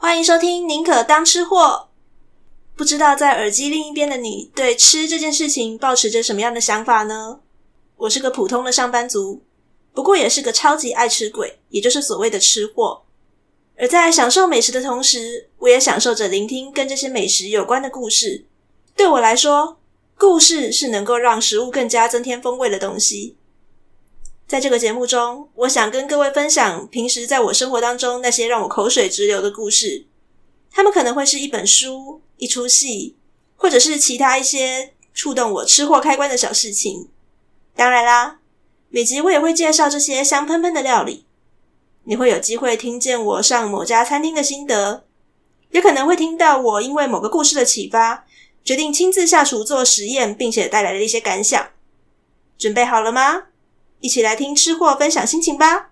欢迎收听宁可当吃货。不知道在耳机另一边的你对吃这件事情抱持着什么样的想法呢？我是个普通的上班族，不过也是个超级爱吃鬼，也就是所谓的吃货。而在享受美食的同时，我也享受着聆听跟这些美食有关的故事。对我来说，故事是能够让食物更加增添风味的东西。在这个节目中，我想跟各位分享平时在我生活当中那些让我口水直流的故事。它们可能会是一本书、一出戏，或者是其他一些触动我吃货开关的小事情。当然啦，每集我也会介绍这些香喷喷的料理。你会有机会听见我上某家餐厅的心得，也可能会听到我因为某个故事的启发，决定亲自下厨做实验，并且带来的一些感想。准备好了吗？一起来听吃货分享心情吧。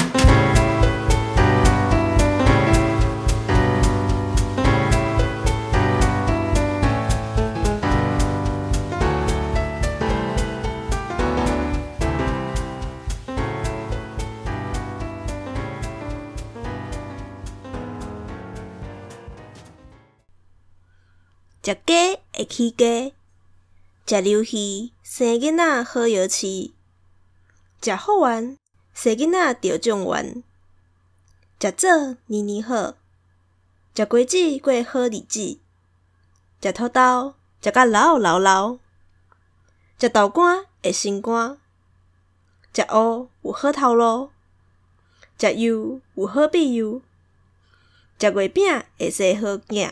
食鸡会起鸡，食流鱼生囡仔好摇饲，食好玩生囡仔着状元，食枣年年好，食果子过好日子，食土豆食甲老老，食豆干会心肝，食乌有好头路，食油有好庇佑，食月饼会生好囝。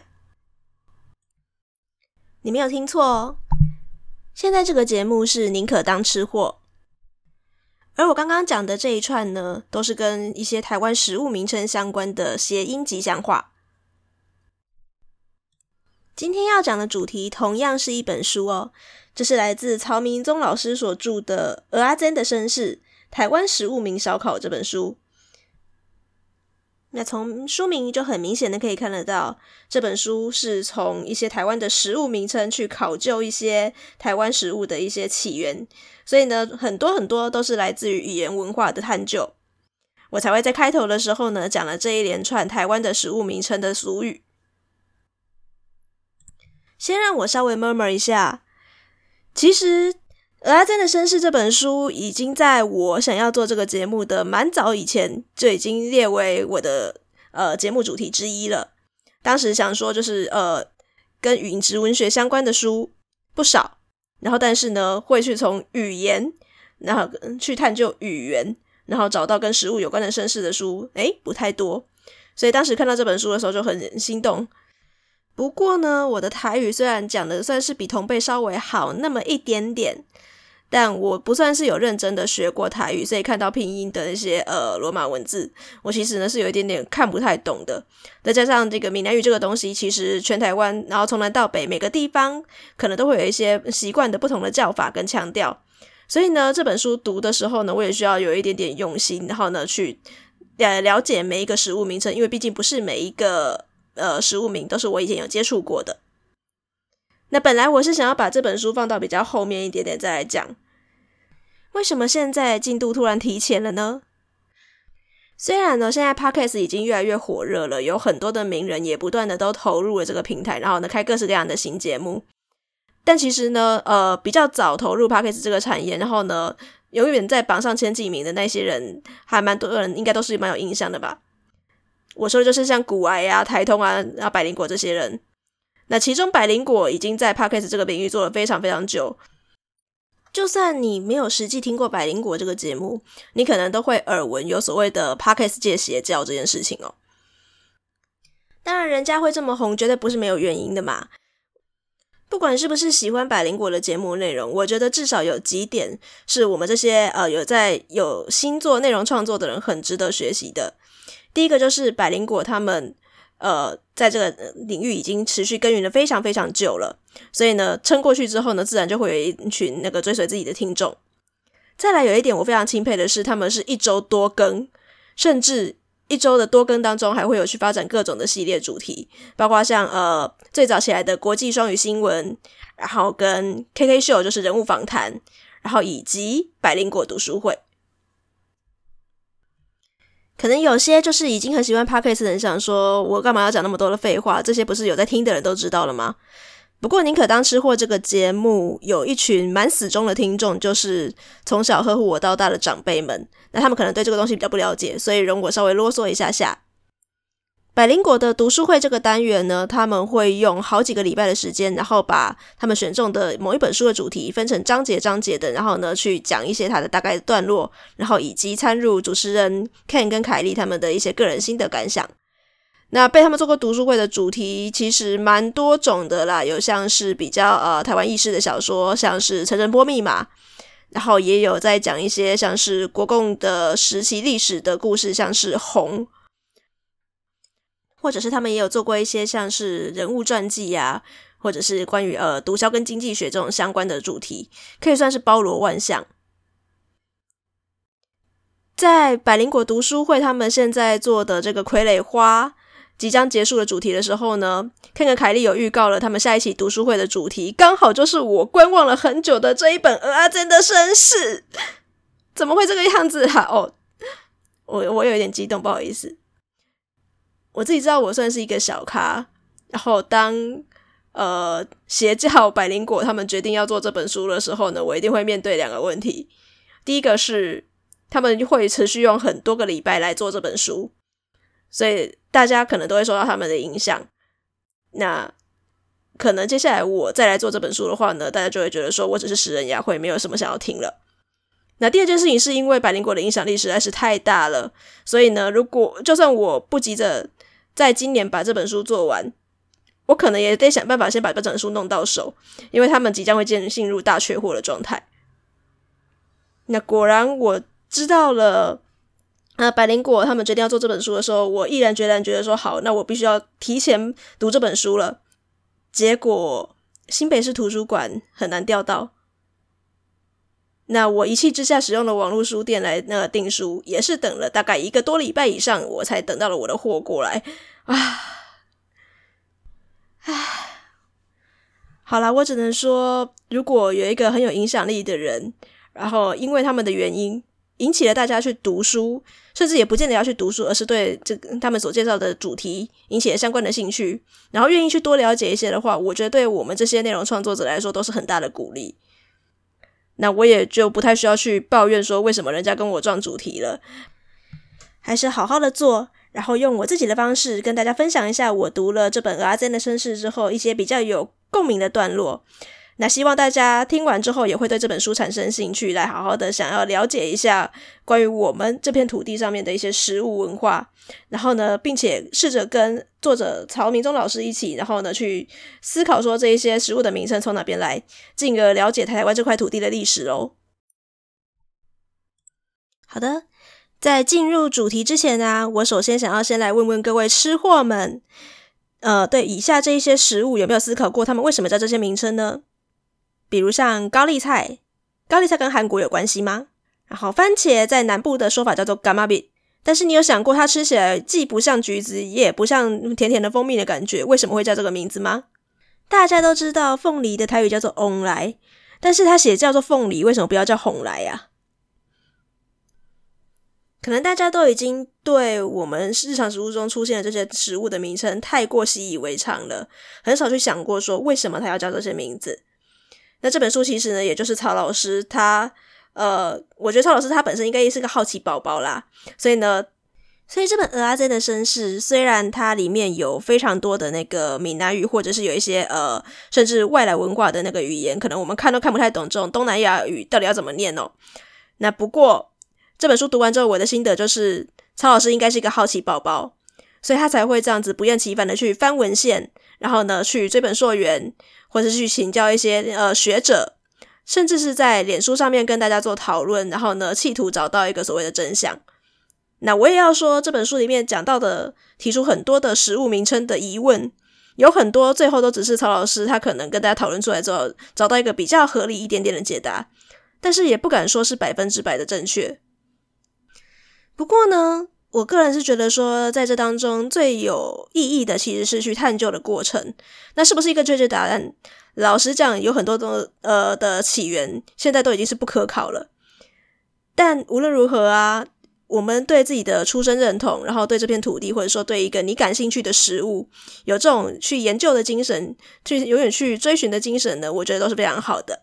你没有听错哦，现在这个节目是宁可当吃货，而我刚刚讲的这一串呢，都是跟一些台湾食物名称相关的谐音吉祥话。今天要讲的主题同样是一本书哦，这是来自曹明宗老师所著的《蚵仔煎的身世：台湾食物名烧烤》这本书。那从书名就很明显的可以看得到，这本书是从一些台湾的食物名称去考究一些台湾食物的一些起源，所以呢，很多都是来自于语言文化的探究。我才会在开头的时候呢，讲了这一连串台湾的食物名称的俗语。先让我稍微 murmur 一下，其实蚵仔煎的身世这本书已经在我想要做这个节目的蛮早以前就已经列为我的节目主题之一了。当时想说就是跟语质文学相关的书不少，然后但是呢会去从语言然后去探究语言，然后找到跟食物有关的身世的书不太多，所以当时看到这本书的时候就很心动。不过呢，我的台语虽然讲的算是比同辈稍微好那么一点点，但我不算是有认真的学过台语，所以看到拼音的那些罗马文字，我其实呢是有一点点看不太懂的。再加上这个闽南语这个东西，其实全台湾然后从南到北每个地方可能都会有一些习惯的不同的叫法跟腔调，所以呢这本书读的时候呢，我也需要有一点点用心，然后呢去了解每一个食物名称，因为毕竟不是每一个食物名都是我以前有接触过的。那本来我是想要把这本书放到比较后面一点点再来讲，为什么现在进度突然提前了呢？虽然呢现在 Podcast 已经越来越火热了，有很多的名人也不断的都投入了这个平台，然后呢开各式各样的新节目，但其实呢比较早投入 Podcast 这个产业，然后呢永远在榜上前几名的那些人，还蛮多人应该都是蛮有印象的吧。我说的就是像股癌啊、台通啊、然后百灵果这些人。那其中百灵果已经在 Podcast 这个领域做了非常非常久，就算你没有实际听过百灵果这个节目，你可能都会耳闻有所谓的 Podcast 界邪教这件事情哦。当然人家会这么红绝对不是没有原因的嘛，不管是不是喜欢百灵果的节目内容，我觉得至少有几点是我们这些有心做内容创作的人很值得学习的。第一个就是百灵果他们在这个领域已经持续耕耘了非常非常久了，所以呢撑过去之后呢，自然就会有一群那个追随自己的听众。再来有一点我非常钦佩的是，他们是一周多更，甚至一周的多更当中还会有去发展各种的系列主题，包括像最早起来的国际双语新闻，然后跟 KK 秀就是人物访谈，然后以及百灵果读书会。 可能有些就是已经很喜欢 Podcast 的人想说，我干嘛要讲那么多的废话，这些不是有在听的人都知道了吗？不过宁可当吃货这个节目有一群蛮死忠的听众，就是从小呵护我到大的长辈们，那他们可能对这个东西比较不了解，所以容我稍微啰嗦一下下。百灵果的读书会这个单元呢，他们会用好几个礼拜的时间，然后把他们选中的某一本书的主题分成章节的，然后呢去讲一些它的大概的段落，然后以及参入主持人 Ken 跟凯莉他们的一些个人心得感想。那被他们做过读书会的主题其实蛮多种的啦，有像是比较台湾意识的小说，像是陈澄波密码，然后也有在讲一些像是国共的时期历史的故事，像是红，或者是他们也有做过一些像是人物传记啊，或者是关于毒枭跟经济学这种相关的主题，可以算是包罗万象。在百灵果读书会他们现在做的这个傀儡花即将结束的主题的时候呢，看看凯莉有预告了他们下一期读书会的主题，刚好就是我观望了很久的这一本蚵仔煎的身世。怎么会这个样子啊？我有一点激动，不好意思。我自己知道我算是一个小咖，然后当邪教百灵果他们决定要做这本书的时候呢，我一定会面对两个问题。第一个是他们会持续用很多个礼拜来做这本书，所以大家可能都会受到他们的影响。那可能接下来我再来做这本书的话呢，大家就会觉得说我只是食人牙会，没有什么想要听了。那第二件事情是因为百灵果的影响力实在是太大了，所以呢，就算我不急着在今年把这本书做完，我可能也得想办法先把这本书弄到手，因为他们即将会进入大缺货的状态。那果然我知道了百灵果他们决定要做这本书的时候，我毅然决然觉得说好，那我必须要提前读这本书了。结果新北市图书馆很难调到，那我一气之下使用了网络书店来订书，也是等了大概1个多礼拜以上，我才等到了我的货过来好啦，我只能说，如果有一个很有影响力的人，然后因为他们的原因引起了大家去读书，甚至也不见得要去读书，而是对他们所介绍的主题引起了相关的兴趣，然后愿意去多了解一些的话，我觉得对我们这些内容创作者来说都是很大的鼓励。那我也就不太需要去抱怨说为什么人家跟我撞主题了，还是好好的做，然后用我自己的方式跟大家分享一下我读了这本蚵仔煎的身世之后一些比较有共鸣的段落。那希望大家听完之后也会对这本书产生兴趣，来好好的想要了解一下关于我们这片土地上面的一些食物文化，然后呢并且试着跟作者曹明忠老师一起，然后呢去思考说这一些食物的名称从哪边来，进而了解台湾这块土地的历史咯。好的，在进入主题之前啊，我首先想要先来问问各位吃货们对以下这一些食物有没有思考过他们为什么叫这些名称呢？比如像高丽菜跟韩国有关系吗？然后番茄在南部的说法叫做 gamabit， 但是你有想过它吃起来既不像橘子也不像甜甜的蜂蜜的感觉，为什么会叫这个名字吗？大家都知道凤梨的台语叫做翁来，但是它写叫做凤梨，为什么不要叫红来啊？可能大家都已经对我们日常食物中出现的这些食物的名称太过习以为常了，很少去想过说为什么它要叫这些名字。那这本书其实呢，也就是曹老师他我觉得曹老师他本身应该也是个好奇宝宝啦，所以这本蚵仔煎的身世虽然它里面有非常多的那个闽南语，或者是有一些甚至外来文化的那个语言，可能我们看都看不太懂这种东南亚语到底要怎么念哦。那不过这本书读完之后，我的心得就是曹老师应该是一个好奇宝宝，所以他才会这样子不厌其烦的去翻文献，然后呢去追本溯源，或者是去请教一些学者，甚至是在脸书上面跟大家做讨论，然后呢企图找到一个所谓的真相。那我也要说，这本书里面讲到的提出很多的食物名称的疑问，有很多最后都只是曹老师他可能跟大家讨论出来之后找到一个比较合理一点点的解答，但是也不敢说是100%的正确。不过呢，我个人是觉得说在这当中最有意义的其实是去探究的过程。那是不是一个确切答案？老实讲，有很多的起源现在都已经是不可考了。但无论如何啊， 我们对自己的出身认同，然后对这片土地，或者说对一个你感兴趣的食物，有这种去研究的精神，去永远去追寻的精神呢，我觉得都是非常好的。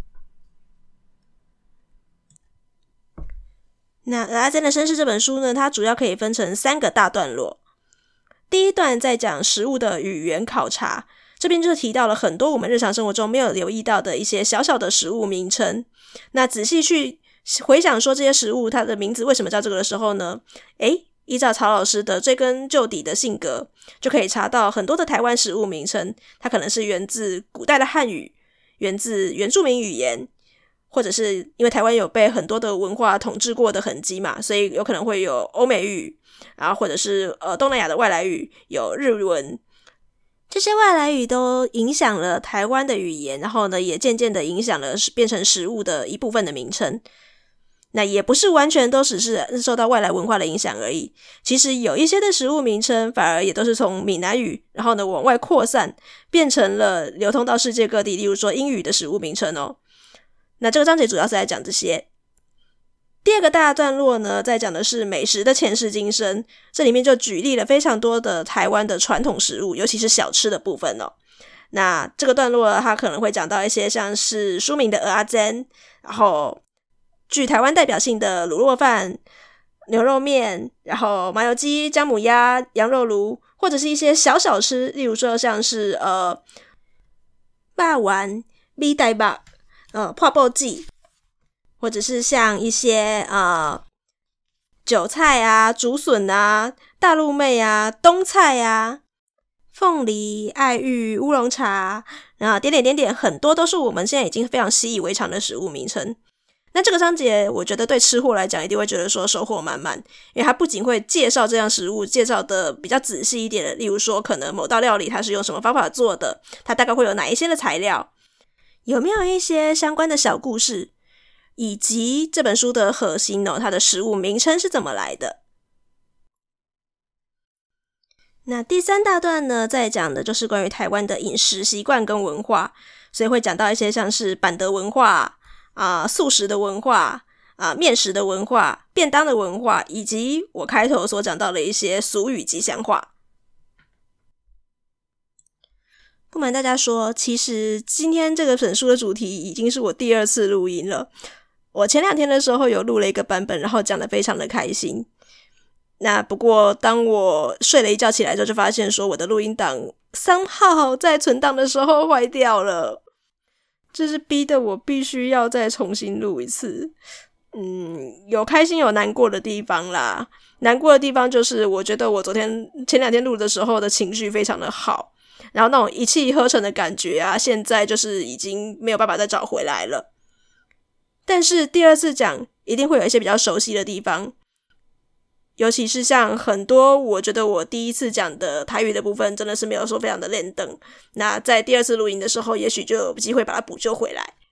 那《阿珍的身世》这本书呢，它主要可以分成3个大段落。第一段在讲食物的语言考察，这边就提到了很多我们日常生活中没有留意到的一些小小的食物名称。那仔细去回想说这些食物它的名字为什么叫这个的时候呢，依照曹老师的追根究底的性格，就可以查到很多的台湾食物名称，它可能是源自古代的汉语，源自原住民语言，或者是因为台湾有被很多的文化统治过的痕迹嘛，所以有可能会有欧美语，然后或者是东南亚的外来语，有日文。这些外来语都影响了台湾的语言，然后呢也渐渐的影响了变成食物的一部分的名称。那也不是完全都只是受到外来文化的影响而已，其实有一些的食物名称反而也都是从闽南语然后呢往外扩散，变成了流通到世界各地，例如说英语的食物名称哦。那这个章节主要是来讲这些。第二个大段落呢，在讲的是美食的前世今生，这里面就举例了非常多的台湾的传统食物，尤其是小吃的部分哦。那这个段落它可能会讲到一些像是书名的蚵仔煎，然后具台湾代表性的卤肉饭、牛肉面，然后麻油鸡、姜母鸭、羊肉炉，或者是一些小小吃，例如说像是肉丸、米袋肉、泡泡鸡，或者是像一些韭菜啊、竹笋啊、大陆妹啊、冬菜啊、凤梨、爱玉、乌龙茶，然后点点，很多都是我们现在已经非常习以为常的食物名称。那这个章节我觉得对吃货来讲一定会觉得说收获满满，因为它不仅会介绍这样食物，介绍的比较仔细一点的，例如说可能某道料理它是用什么方法做的，它大概会有哪一些的材料，有没有一些相关的小故事，以及这本书的核心它的食物名称是怎么来的。那第3大段呢，在讲的就是关于台湾的饮食习惯跟文化，所以会讲到一些像是板德文化素食的文化面食的文化、便当的文化，以及我开头所讲到的一些俗语吉祥话。不瞒大家说，其实今天这个本书的主题已经是我第2次录音了。我前2天的时候有录了一个版本，然后讲得非常的开心。那不过当我睡了一觉起来之后，就发现说我的录音档somehow在存档的时候坏掉了，这是逼得我必须要再重新录一次。有开心有难过的地方啦。难过的地方就是我觉得我前2天录的时候的情绪非常的好，然后那种一气呵成的感觉现在就是已经没有办法再找回来了。但是第2次讲一定会有一些比较熟悉的地方，尤其是像很多我觉得我第1次讲的台语的部分真的是没有说非常的练登，那在第2次录音的时候也许就有机会把它补救回来。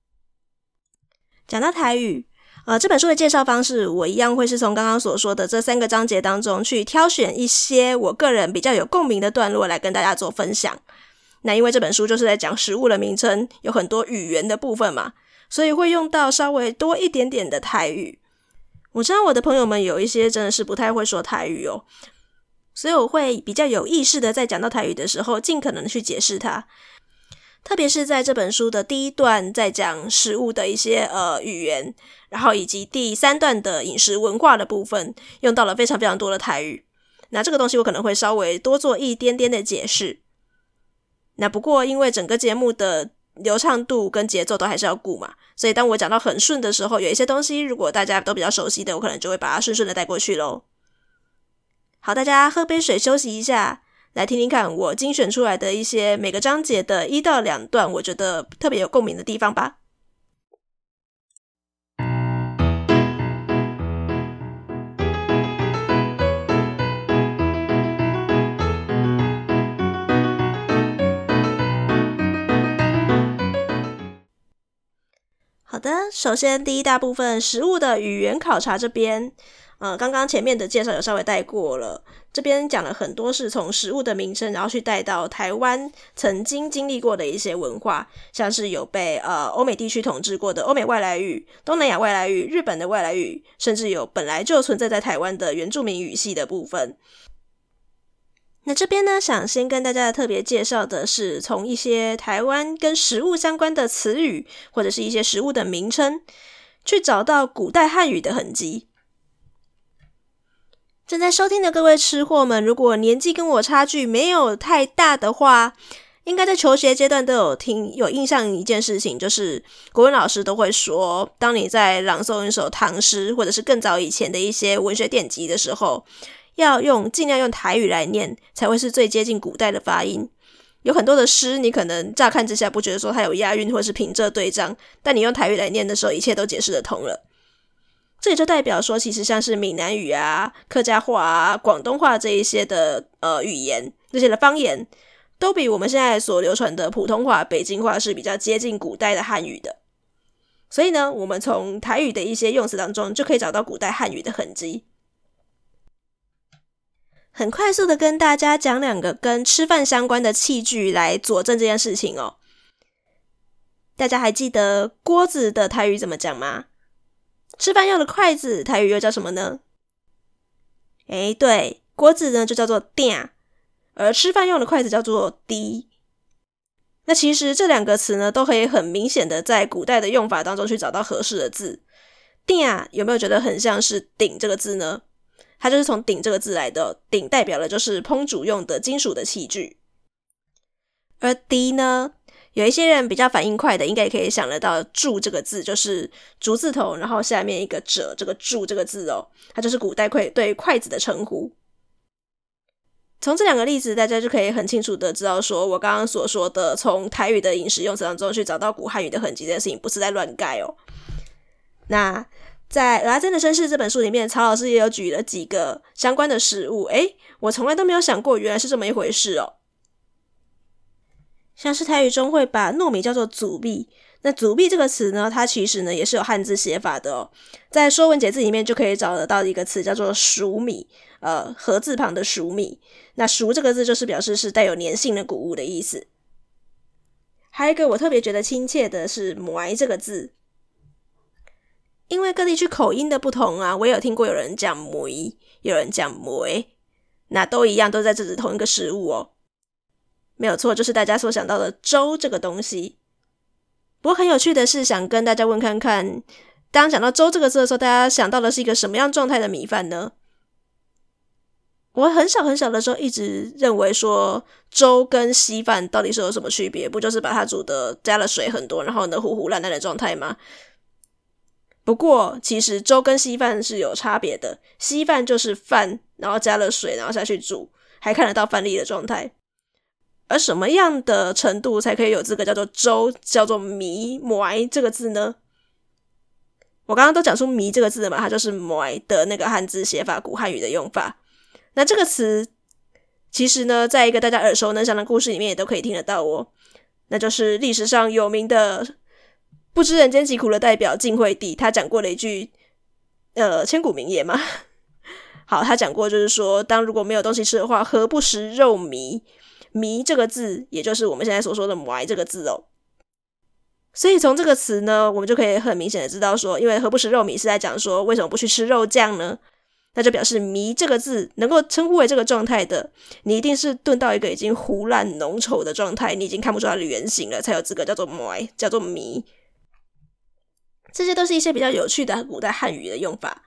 讲到台语这本书的介绍方式，我一样会是从刚刚所说的这3个章节当中去挑选一些我个人比较有共鸣的段落来跟大家做分享。那因为这本书就是在讲食物的名称，有很多语言的部分嘛，所以会用到稍微多一点点的台语。我知道我的朋友们有一些真的是不太会说台语哦，所以我会比较有意识的在讲到台语的时候尽可能的去解释它。特别是在这本书的第1段在讲食物的一些语言，然后以及第3段的饮食文化的部分，用到了非常非常多的台语。那这个东西我可能会稍微多做一点点的解释。那不过因为整个节目的流畅度跟节奏都还是要顾嘛，所以当我讲到很顺的时候，有一些东西如果大家都比较熟悉的，我可能就会把它顺顺的带过去咯。好，大家喝杯水休息一下，来听听看我精选出来的一些每个章节的1到2段我觉得特别有共鸣的地方吧。好的，首先第1大部分食物的语言考察这边刚刚前面的介绍有稍微带过了，这边讲了很多是从食物的名称，然后去带到台湾曾经经历过的一些文化，像是有被欧美地区统治过的欧美外来语、东南亚外来语、日本的外来语，甚至有本来就存在在台湾的原住民语系的部分。那这边呢，想先跟大家特别介绍的是从一些台湾跟食物相关的词语，或者是一些食物的名称，去找到古代汉语的痕迹。正在收听的各位吃货们，如果年纪跟我差距没有太大的话，应该在求学阶段都有印象一件事情，就是国文老师都会说，当你在朗诵一首唐诗或者是更早以前的一些文学典籍的时候，要尽量用台语来念，才会是最接近古代的发音。有很多的诗你可能乍看之下不觉得说它有押韵或是平仄对仗，但你用台语来念的时候，一切都解释得通了。这也就代表说，其实像是闽南语啊、客家话啊、广东话这一些的语言，这些的方言，都比我们现在所流传的普通话、北京话是比较接近古代的汉语的。所以呢，我们从台语的一些用词当中就可以找到古代汉语的痕迹。很快速的跟大家讲2个跟吃饭相关的器具来佐证这件事情哦。大家还记得锅子的台语怎么讲吗？吃饭用的筷子台语又叫什么呢？对，锅子呢就叫做鼎，而吃饭用的筷子叫做滴。那其实这2个词呢，都可以很明显的在古代的用法当中去找到合适的字。鼎有没有觉得很像是鼎这个字呢？它就是从鼎这个字来的，鼎代表的就是烹煮用的金属的器具。而滴呢，有一些人比较反应快的，应该也可以想得到柱这个字，就是竹字头，然后下面一个者，这个柱这个字哦，它就是古代对筷子的称呼。从这2个例子，大家就可以很清楚的知道说，我刚刚所说的从台语的饮食用词当中去找到古汉语的痕迹这件事情不是在乱盖哦。那在《蚵仔煎的身世》这本书里面，曹老师也有举了几个相关的食物，我从来都没有想过原来是这么一回事哦。像是台语中会把糯米叫做祖米，那祖米这个词呢，它其实呢也是有汉字写法的哦。在说文解字里面就可以找得到一个词叫做黍米，禾字旁的黍米。那黍这个字就是表示是带有粘性的谷物的意思。还有一个我特别觉得亲切的是糜这个字，因为各地区口音的不同啊，我也有听过有人讲糜，有人讲糜，那都一样，都在指同一个食物哦。没有错，就是大家所想到的粥这个东西。不过很有趣的是，想跟大家问看看，当讲到粥这个字的时候，大家想到的是一个什么样状态的米饭呢？我很小的时候一直认为说，粥跟稀饭到底是有什么区别？不就是把它煮的加了水很多，然后呢糊糊烂烂的状态吗？不过其实粥跟稀饭是有差别的，稀饭就是饭然后加了水然后下去煮，还看得到饭粒的状态。而什么样的程度才可以有资格叫做粥，叫做糜这个字呢？我刚刚都讲出糜这个字了嘛，它就是糜的那个汉字写法，古汉语的用法。那这个词其实呢，在一个大家耳熟能详的故事里面也都可以听得到哦，那就是历史上有名的不知人间疾苦的代表晋惠帝，他讲过了一句千古名言嘛。好，他讲过就是说，当如果没有东西吃的话，何不食肉糜？糜这个字也就是我们现在所说的糜这个字哦。所以从这个词呢，我们就可以很明显的知道说，因为何不食肉糜是在讲说为什么不去吃肉酱呢？那就表示糜这个字能够称呼为这个状态的，你一定是炖到一个已经糊烂浓稠的状态，你已经看不出它的原型了，才有资格叫做糜，叫做糜。这些都是一些比较有趣的古代汉语的用法。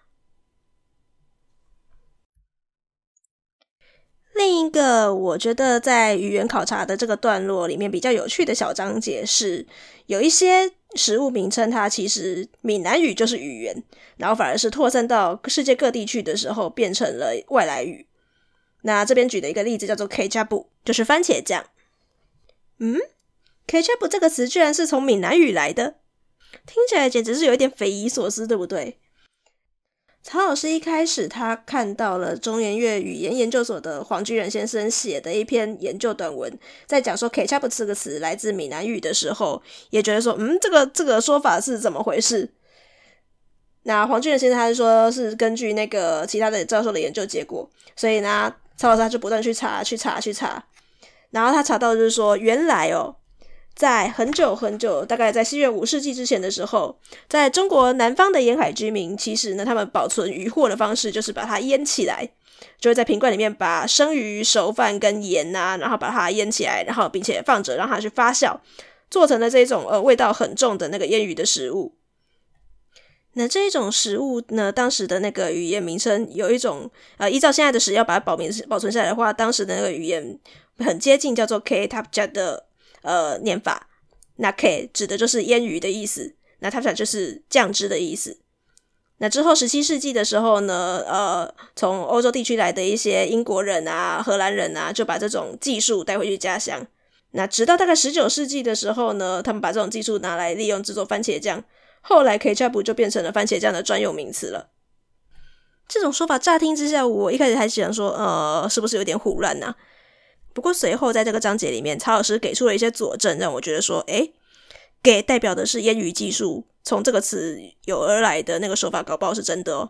另一个我觉得在语言考察的这个段落里面比较有趣的小章节是，有一些食物名称它其实闽南语就是语言，然后反而是扩散到世界各地去的时候变成了外来语。那这边举的一个例子叫做 ketchup， 就是番茄酱。ketchup 这个词居然是从闽南语来的，听起来简直是有一点匪夷所思，对不对？曹老师一开始他看到了中研院语言研究所的黄居仁先生写的一篇研究短文，在讲说 ketchup 这个词来自闽南语的时候，也觉得说这个说法是怎么回事。 那黄俊仁先生他是说是根据那个其他的教授的研究结果，所以呢曹老师他就不断去查，然后他查到就是说原来在很久很久，大概在西元5世纪之前的时候，在中国南方的沿海居民，其实呢他们保存渔获的方式就是把它腌起来，就会在瓶罐里面把生鱼、熟饭跟盐然后把它腌起来，然后并且放着让它去发酵，做成了这种味道很重的那个腌鱼的食物。那这一种食物呢，当时的那个语言名称有一种依照现在的史料把它保存下来的话，当时的那个语言很接近叫做 K Tapja 的念法。那 K 指的就是腌鱼的意思，那 Tapja 就是酱汁的意思。那之后17世纪的时候呢，从欧洲地区来的一些英国人荷兰人就把这种技术带回去家乡。那直到大概19世纪的时候呢，他们把这种技术拿来利用制作番茄酱，后来 ketchup 就变成了番茄酱的专用名词了。这种说法乍听之下，我一开始还想说是不是有点胡乱啊？不过随后在这个章节里面，曹老师给出了一些佐证，让我觉得说给代表的是腌鱼技术从这个词有而来的那个说法搞不好是真的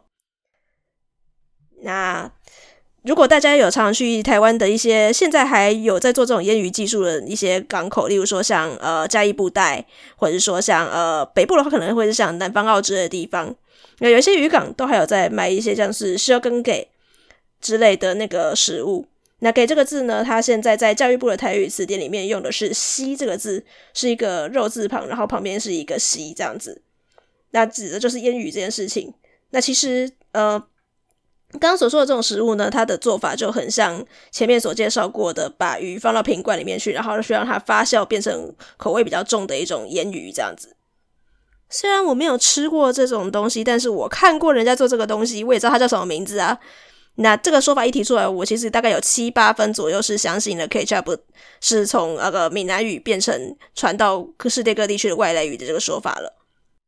那如果大家有常常去台湾的一些现在还有在做这种腌鱼技术的一些港口，例如说像嘉义布袋，或者是说像北部的话可能会是像南方澳之类的地方，有一些渔港都还有在卖一些像是烧羹给之类的那个食物。那给这个字呢，它现在在教育部的台语词典里面用的是西这个字，是一个肉字旁，然后旁边是一个西这样子，那指的就是腌鱼这件事情。那其实刚刚所说的这种食物呢，它的做法就很像前面所介绍过的，把鱼放到瓶罐里面去，然后去让它发酵变成口味比较重的一种腌鱼这样子。虽然我没有吃过这种东西，但是我看过人家做这个东西，我也知道它叫什么名字啊。那这个说法一提出来，我其实大概有7-8分左右是相信了 ketchup 是从闽南语变成传到世界各地去的外来语的这个说法了。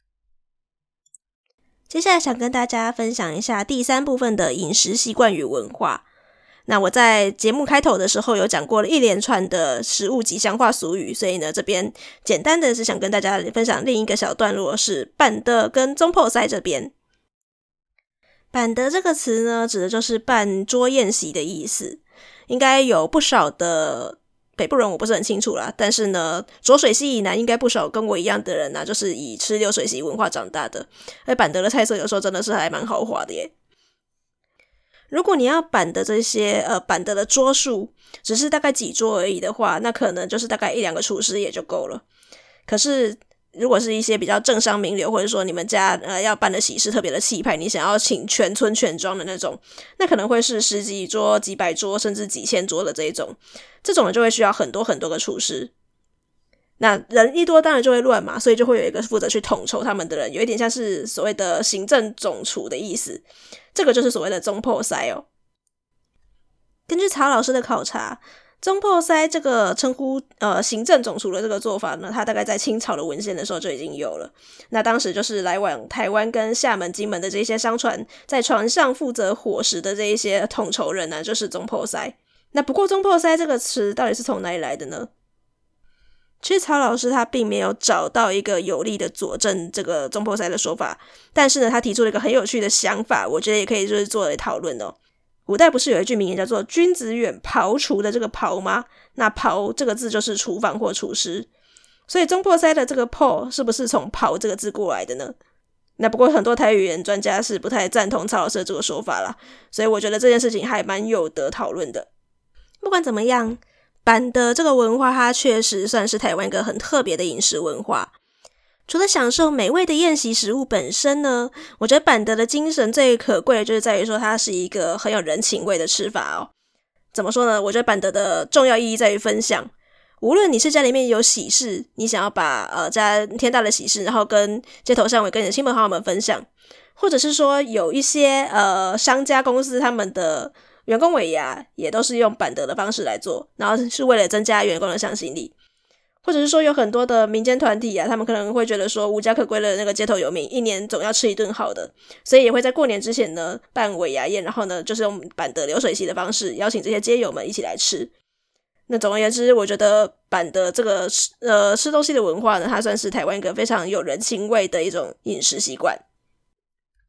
接下来想跟大家分享一下第3部分的饮食习惯与文化。那我在节目开头的时候有讲过了一连串的食物吉祥话俗语，所以呢这边简单的是想跟大家分享另一个小段落，是办的跟中破塞这边。办的这个词呢，指的就是办桌宴席的意思。应该有不少的北部人我不是很清楚啦，但是呢浊水溪以南应该不少跟我一样的人就是以吃流水席文化长大的。而板德的菜色有时候真的是还蛮豪华的耶。如果你要板的这些板德的桌数只是大概几桌而已的话，那可能就是大概1-2个厨师也就够了。可是如果是一些比较政商名流，或者说你们家要办的喜事特别的气派，你想要请全村全庄的那种，那可能会是10几桌、几百桌甚至几千桌的这种人就会需要很多很多个厨师。那人一多当然就会乱嘛，所以就会有一个负责去统筹他们的人，有一点像是所谓的行政总厨的意思，这个就是所谓的中破塞根据曹老师的考察，中破塞这个称呼行政总厨的这个做法呢，它大概在清朝的文献的时候就已经有了。那当时就是来往台湾跟厦门、金门的这些商船，在船上负责伙食的这一些统筹人呢，就是中破塞。那不过中破塞这个词到底是从哪里来的呢？其实曹老师他并没有找到一个有力的佐证这个中破塞的说法，但是呢他提出了一个很有趣的想法，我觉得也可以就是做来讨论古代不是有一句名言叫做君子远庖厨的这个庖吗？那庖这个字就是厨房或厨师，所以中破塞的这个破是不是从庖这个字过来的呢？那不过很多台语言专家是不太赞同曹老师的这个说法啦，所以我觉得这件事情还蛮有得讨论的。不管怎么样，板的这个文化它确实算是台湾一个很特别的饮食文化。除了享受美味的宴席食物本身呢，我觉得板德的精神最可贵的就是在于说它是一个很有人情味的吃法怎么说呢？我觉得板德的重要意义在于分享。无论你是家里面有喜事，你想要把家天大的喜事然后跟街头巷尾跟你的亲朋好友们分享，或者是说有一些商家公司他们的员工尾牙也都是用板德的方式来做，然后是为了增加员工的向心力。或者是说有很多的民间团体他们可能会觉得说无家可归的那个街头游民一年总要吃一顿好的，所以也会在过年之前呢办尾牙宴，然后呢就是用板德流水席的方式邀请这些街友们一起来吃。那总而言之，我觉得板德这个吃东西的文化呢，它算是台湾一个非常有人情味的一种饮食习惯。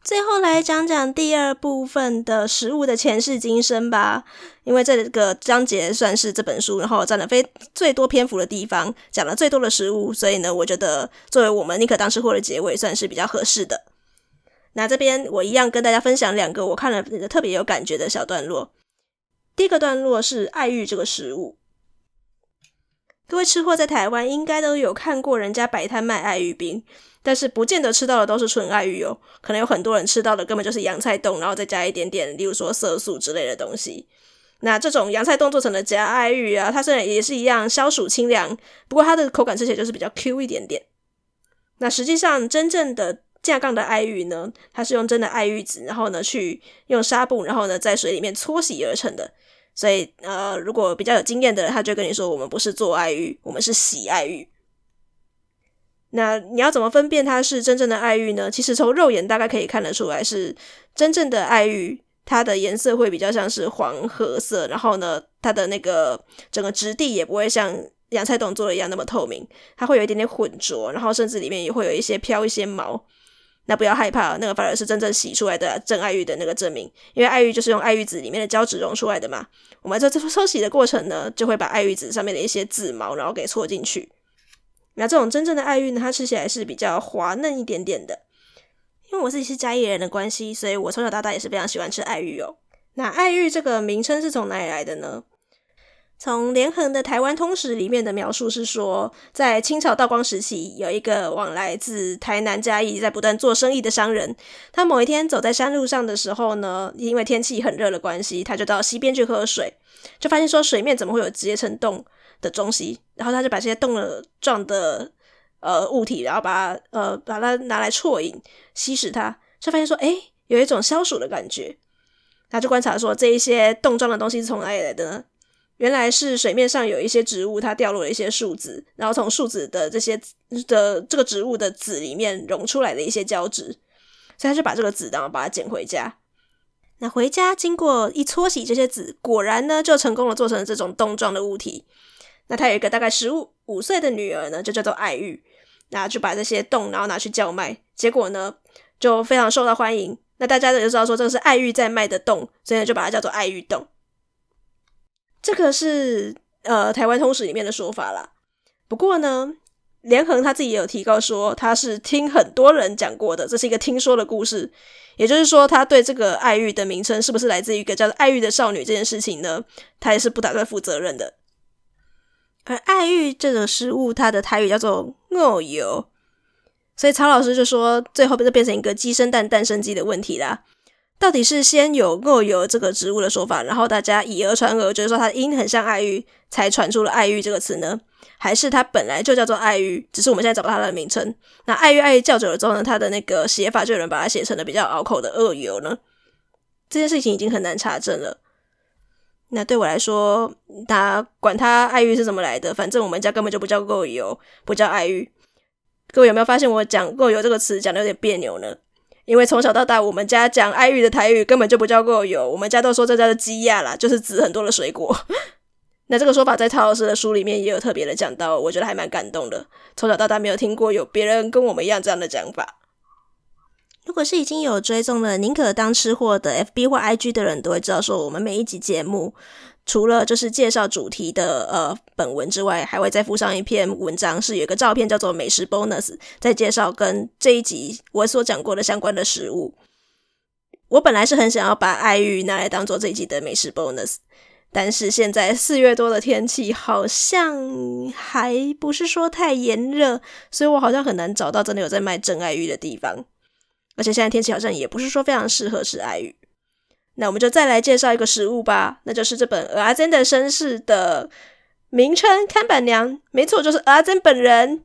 最后来讲讲第二部分的食物的前世今生吧，因为这个章节算是这本书然后占了最多篇幅的地方，讲了最多的食物，所以呢我觉得作为我们宁可当吃货的结尾算是比较合适的。那这边我一样跟大家分享2个我看了特别有感觉的小段落。第一个段落是爱玉这个食物，各位吃货在台湾应该都有看过人家摆摊卖爱玉冰，但是不见得吃到的都是纯爱玉哦，可能有很多人吃到的根本就是洋菜冻，然后再加一点点例如说色素之类的东西。那这种洋菜冻做成的假爱玉啊，它虽然也是一样消暑清凉，不过它的口感吃起来就是比较 Q 一点点。那实际上真正的架杠的爱玉呢，它是用真的爱玉籽，然后呢去用纱布，然后呢在水里面搓洗而成的。所以如果比较有经验的人，他就跟你说我们不是做爱玉，我们是洗爱玉。那你要怎么分辨它是真正的爱玉呢？其实从肉眼大概可以看得出来，是真正的爱玉它的颜色会比较像是黄褐色，然后呢它的那个整个质地也不会像洋菜冻做的一样那么透明，它会有一点点混浊，然后甚至里面也会有一些飘一些毛。那不要害怕，那个反而是真正洗出来的真爱玉的那个证明，因为爱玉就是用爱玉籽里面的胶质溶出来的嘛。我们在这搓洗的过程呢，就会把爱玉籽上面的一些籽毛然后给搓进去。那这种真正的爱玉呢，它吃起来是比较滑嫩一点点的。因为我自己是嘉义人的关系，所以我从小到大也是非常喜欢吃爱玉哦。那爱玉这个名称是从哪里来的呢？从连横的台湾通史里面的描述是说，在清朝道光时期，有一个往来自台南嘉义在不断做生意的商人，他某一天走在山路上的时候呢，因为天气很热的关系，他就到溪边去喝水，就发现说水面怎么会有结成冻的东西，然后他就把这些冻了状的物体，然后把它拿来啜饮吸食它，就发现说有一种消暑的感觉。他就观察说这一些冻状的东西是从哪里来的呢？原来是水面上有一些植物，它掉落了一些树籽，然后从树籽的这个植物的籽里面溶出来的一些胶质，所以他就把这个籽然后把它捡回家。那回家经过一搓洗这些籽，果然呢就成功的做成了这种冻状的物体。那他有一个大概15岁的女儿呢，就叫做爱玉，那就把这些冻然后拿去叫卖，结果呢就非常受到欢迎。那大家就知道说这个是爱玉在卖的冻，所以呢就把它叫做爱玉冻。这个是台湾通史里面的说法啦。不过呢，连横他自己也有提到说，他是听很多人讲过的，这是一个听说的故事。也就是说，他对这个爱玉的名称是不是来自于一个叫做爱玉的少女这件事情呢，他也是不打算负责任的。而爱玉这个食物，它的台语叫做藕油，所以曹老师就说，最后就变成一个鸡生蛋，蛋生鸡的问题啦。到底是先有藕油这个植物的说法，然后大家以讹传讹，觉得说它的音很像爱玉，才传出了爱玉这个词呢？还是它本来就叫做爱玉，只是我们现在找不到它的名称？那爱玉叫久了之后呢，它的那个写法就有人把它写成了比较拗口的藕油呢？这件事情已经很难查证了。那对我来说，管它爱玉是怎么来的，反正我们家根本就不叫藕油，不叫爱玉。各位有没有发现我讲藕油这个词讲的有点别扭呢？因为从小到大我们家讲爱玉的台语根本就不叫藕油，我们家都说这叫做鸡亚啦，就是籽很多的水果。那这个说法在曹老师的书里面也有特别的讲到，我觉得还蛮感动的。从小到大没有听过有别人跟我们一样这样的讲法。如果是已经有追踪了宁可当吃货的 FB 或 IG 的人，都会知道说我们每一集节目除了就是介绍主题的本文之外，还会再附上一篇文章，是有一个照片叫做美食 bonus， 在介绍跟这一集我所讲过的相关的食物。我本来是很想要把爱玉拿来当做这一集的美食 bonus， 但是现在4月多的天气好像还不是说太炎热，所以我好像很难找到真的有在卖真爱玉的地方，而且现在天气好像也不是说非常适合吃爱玉。那我们就再来介绍一个食物吧，那就是这本蚵仔煎的身世的名称看板娘，没错，就是蚵仔煎本人。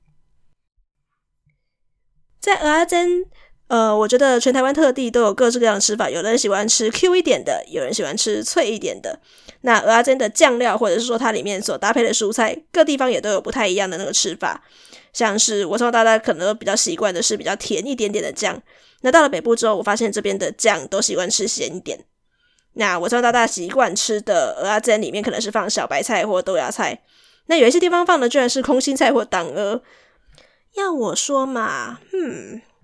在蚵仔煎我觉得全台湾特地都有各式各样的吃法，有人喜欢吃 Q 一点的，有人喜欢吃脆一点的。那蚵仔煎的酱料或者是说它里面所搭配的蔬菜，各地方也都有不太一样的那个吃法。像是我从小到大可能都比较习惯的是比较甜一点点的酱，那到了北部之后，我发现这边的酱都习惯吃咸一点。那我从小到大习惯吃的蚵仔煎里面可能是放小白菜或豆芽菜，那有一些地方放的居然是空心菜或党蚵。要我说嘛，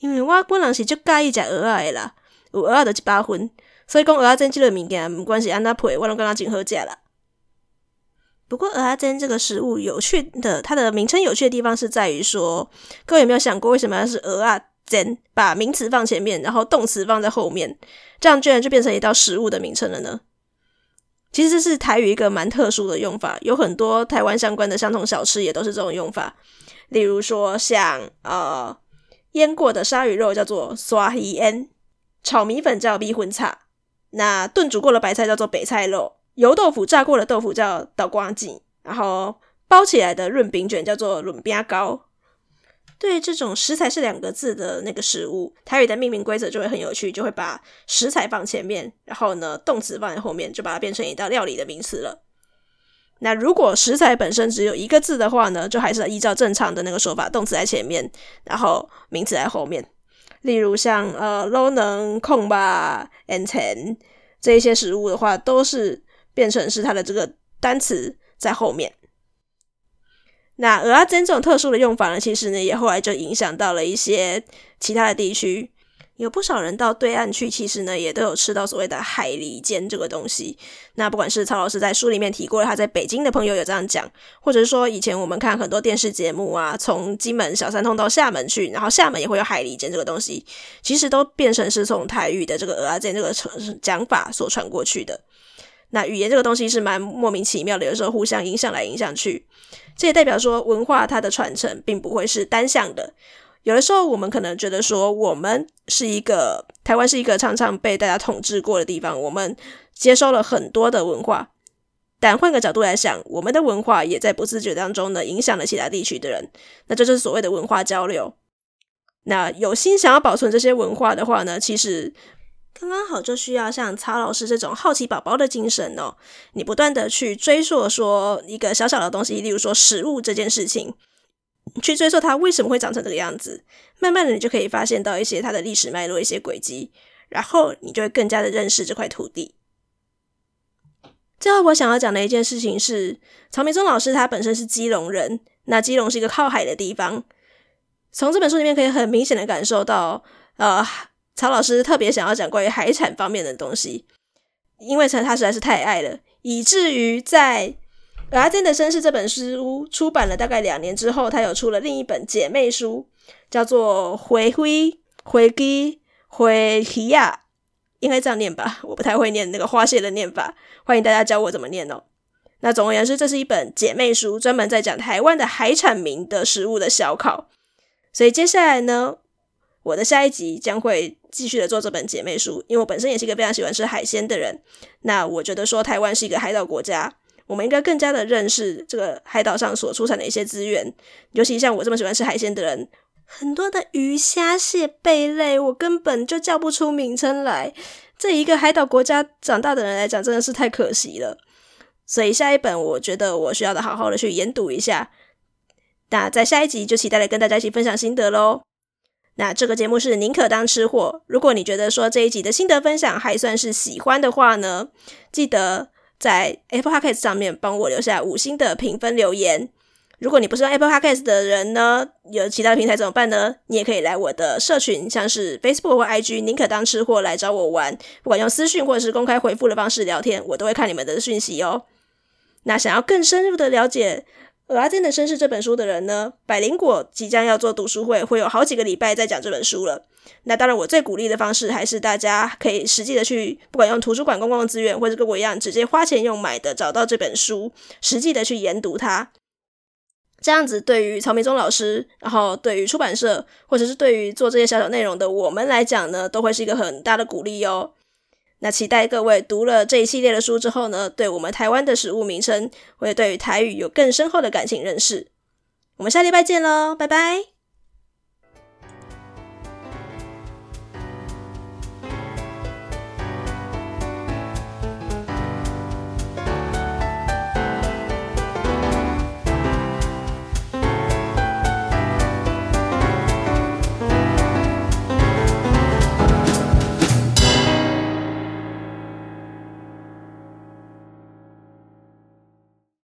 因为我本人是足介意食蚵仔的啦，有蚵仔就100分，所以讲蚵仔煎这个物件，不管是安怎配，我拢感觉真好食啦。不过蚵仔煎这个食物有趣的，它的名称有趣的地方是在于说，各位有没有想过为什么要是蚵仔煎，把名词放前面，然后动词放在后面，这样居然就变成一道食物的名称了呢？其实这是台语一个蛮特殊的用法，有很多台湾相关的相同小吃也都是这种用法。例如说像腌过的鲨鱼肉叫做刷鱼腌，炒米粉叫米粉叉，那炖煮过的白菜叫做白菜肉，油豆腐炸过的豆腐叫豆瓜子，然后包起来的润饼卷叫做润饼糕。对于这种食材是2个字的那个食物，台语的命名规则就会很有趣，就会把食材放前面，然后呢动词放在后面，就把它变成一道料理的名词了。那如果食材本身只有1个字的话呢，就还是依照正常的那个说法，动词在前面，然后名词在后面。例如像肉能控吧、盐田这一些食物的话，都是变成是它的这个单词在后面。那蚵仔煎这种特殊的用法呢，其实呢也后来就影响到了一些其他的地区，有不少人到对岸去，其实呢也都有吃到所谓的海蛎煎这个东西。那不管是曹老师在书里面提过他在北京的朋友有这样讲，或者是说以前我们看很多电视节目啊，从金门小三通到厦门去，然后厦门也会有海蛎煎这个东西，其实都变成是从台语的这个蚵仔煎这个讲法所传过去的。那语言这个东西是蛮莫名其妙的，有时候互相影响来影响去，这也代表说文化它的传承并不会是单向的。有的时候我们可能觉得说我们是一个台湾是一个常常被大家统治过的地方，我们接收了很多的文化，但换个角度来想，我们的文化也在不自觉当中呢影响了其他地区的人，那这就是所谓的文化交流。那有心想要保存这些文化的话呢，其实刚刚好就需要像曹老师这种好奇宝宝的精神哦，你不断的去追溯说一个小小的东西，例如说食物这件事情，去追溯它为什么会长成这个样子，慢慢的你就可以发现到一些它的历史脉络，一些轨迹，然后你就会更加的认识这块土地。最后我想要讲的一件事情是，曹明忠老师他本身是基隆人，那基隆是一个靠海的地方，从这本书里面可以很明显的感受到曹老师特别想要讲关于海产方面的东西，因为他实在是太爱了，以至于在蚵仔煎的身世这本书出版了大概2年之后，他有出了另一本姐妹书，叫做回灰回基回鱼亚，应该这样念吧，我不太会念那个花蟹的念法，欢迎大家教我怎么念哦。那总而言之，这是一本姐妹书，专门在讲台湾的海产民的食物的小考。所以接下来呢，我的下一集将会继续的做这本姐妹书，因为我本身也是一个非常喜欢吃海鲜的人。那我觉得说台湾是一个海岛国家，我们应该更加的认识这个海岛上所出产的一些资源，尤其像我这么喜欢吃海鲜的人，很多的鱼虾蟹贝类我根本就叫不出名称来，这一个海岛国家长大的人来讲真的是太可惜了。所以下一本我觉得我需要的好好的去研读一下，那在下一集就期待来跟大家一起分享心得咯。那这个节目是宁可当吃货，如果你觉得说这一集的心得分享还算是喜欢的话呢，记得在 Apple Podcast 上面帮我留下5星的评分留言。如果你不是用 Apple Podcast 的人呢，有其他的平台怎么办呢？你也可以来我的社群，像是 Facebook 或 IG 宁可当吃货来找我玩，不管用私讯或者是公开回复的方式聊天，我都会看你们的讯息哦。那想要更深入的了解蚵仔煎的身世这本书的人呢，百灵果即将要做读书会，会有好几个礼拜在讲这本书了。那当然我最鼓励的方式还是大家可以实际的去，不管用图书馆公共资源，或者跟我一样直接花钱用买的找到这本书，实际的去研读它。这样子对于曹明忠老师，然后对于出版社，或者是对于做这些小小内容的我们来讲呢，都会是一个很大的鼓励哦。那期待各位读了这一系列的书之后呢，对我们台湾的食物名称，会对于台语有更深厚的感情认识。我们下礼拜见咯，拜拜。